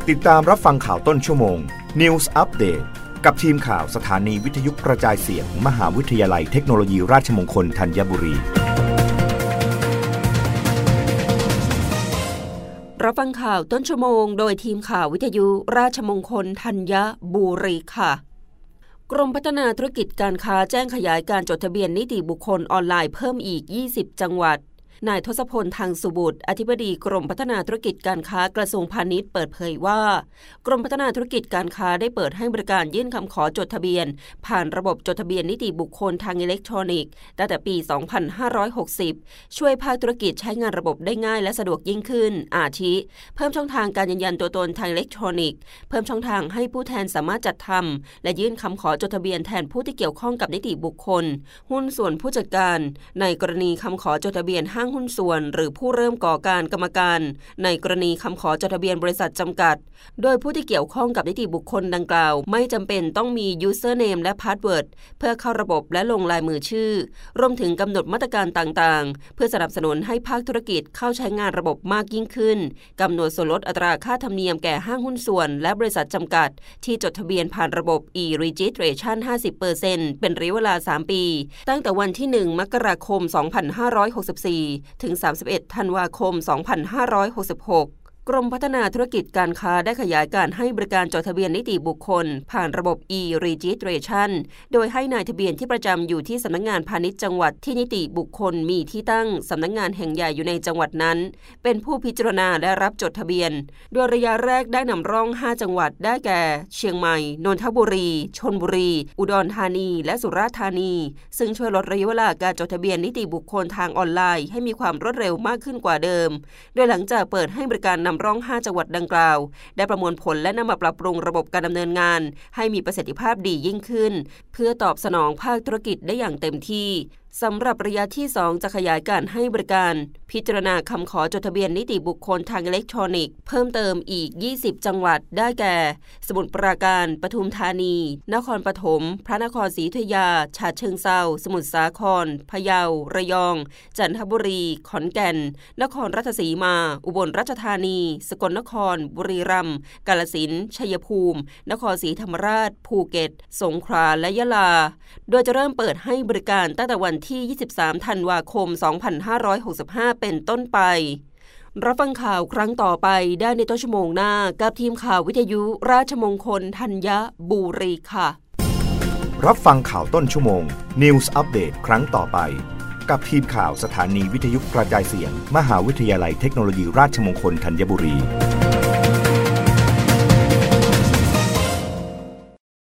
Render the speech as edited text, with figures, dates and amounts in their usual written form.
ติดตามรับฟังข่าวต้นชั่วโมง News Update กับทีมข่าวสถานีวิทยุกระจายเสียง มหาวิทยาลัยเทคโนโลยีราชมงคลธัญบุรีรับฟังข่าวต้นชั่วโมงโดยทีมข่าววิทยุราชมงคลธัญบุรีค่ะกรมพัฒนาธุรกิจการค้าแจ้งขยายการจดทะเบียนนิติบุคคลออนไลน์เพิ่มอีก20จังหวัดนายทศพล ทางสุบุตรอธิบดีกรมพัฒนาธุรกิจการค้ากระทรวงพาณิชย์เปิดเผยว่ากรมพัฒนาธุรกิจการค้าได้เปิดให้บริการยื่นคำขอจดทะเบียนผ่านระบบจดทะเบียนนิติบุคคลทางอิเล็กทรอนิกส์ตั้งแต่ปี 2560 ช่วยภาคธุรกิจใช้งานระบบได้ง่ายและสะดวกยิ่งขึ้นอาทิเพิ่มช่องทางการยืนยันตัวตนทางอิเล็กทรอนิกส์เพิ่มช่องทางให้ผู้แทนสามารถจัดทำและยื่นคำขอจดทะเบียนแทนผู้ที่เกี่ยวข้องกับนิติบุคคลหุ้นส่วนผู้จัดการในกรณีคำขอจดทะเบียนห้างหุ้นส่วนหรือผู้เริ่มก่อการกรรมการในกรณีคำขอจดทะเบียนบริษัทจำกัดโดยผู้ที่เกี่ยวข้องกับนิติบุคคลดังกล่าวไม่จำเป็นต้องมี username และ password เพื่อเข้าระบบและลงลายมือชื่อรวมถึงกำหนดมาตรการต่างๆเพื่อสนับสนุนให้ภาคธุรกิจเข้าใช้งานระบบมากยิ่งขึ้นกำหนดส่วนลดอัตราค่าธรรมเนียมแก่ห้างหุ้นส่วนและบริษัทจำกัดที่จดทะเบียนผ่านระบบ e-registration 50% เป็นระยะเวลา3ปีตั้งแต่วันที่1มกราคม2564ถึง31ธันวาคม 2566 กรมพัฒนาธุรกิจการค้าได้ขยายการให้บริการจดทะเบียนนิติบุคคลผ่านระบบ e-registration โดยให้นายทะเบียนที่ประจำอยู่ที่สำนักงานพาณิชย์จังหวัดที่นิติบุคคลมีที่ตั้งสำนักงานแห่งใหญ่อยู่ในจังหวัดนั้นเป็นผู้พิจารณาและรับจดทะเบียนโดยระยะแรกได้นำร่อง5จังหวัดได้แก่เชียงใหม่นนทบุรีชลบุรีอุดรธานีและสุราษฎร์ธานีซึ่งช่วยลดระยะเวลาการจดทะเบียนนิติบุคคลทางออนไลน์ให้มีความรวดเร็วมากขึ้นกว่าเดิมโดยหลังจากเปิดให้บริการนำร่อง5จังหวัดดังกล่าวได้ประมวลผลและนำมาปรับปรุงระบบการดำเนินงานให้มีประสิทธิภาพดียิ่งขึ้นเพื่อตอบสนองภาคธุรกิจได้อย่างเต็มที่สำหรับระยะที่2จะขยายการให้บริการพิจารณาคำขอจดทะเบียนนิติบุคคลทางอิเล็กทรอนิกส์เพิ่มเติมอีก20จังหวัดได้แก่สมุทรปราการปทุมธานีนครปฐมพระนครศรีอยุธยาฉะเชิงเทราสมุทรสาครพะเยาระยองจันทบุรีขอนแก่นนครราชสีมาอุบลราชธานีสกลนครบุรีรัมย์กาฬสินธุ์ชัยภูมินครศรีธรรมราชภูเก็ตสงขลาและยะลาโดยจะเริ่มเปิดให้บริการตั้งแต่วันที่23ธันวาคม2565เป็นต้นไปรับฟังข่าวครั้งต่อไปได้ในต้นชั่วโมงหน้ากับทีมข่าววิทยุราชมงคลธัญบุรีค่ะรับฟังข่าวต้นชั่วโมง News Update ครั้งต่อไปกับทีมข่าวสถานีวิทยุกระจายเสียง มหาวิทยาลัยเทคโนโลยีราชมงคลธัญบุรี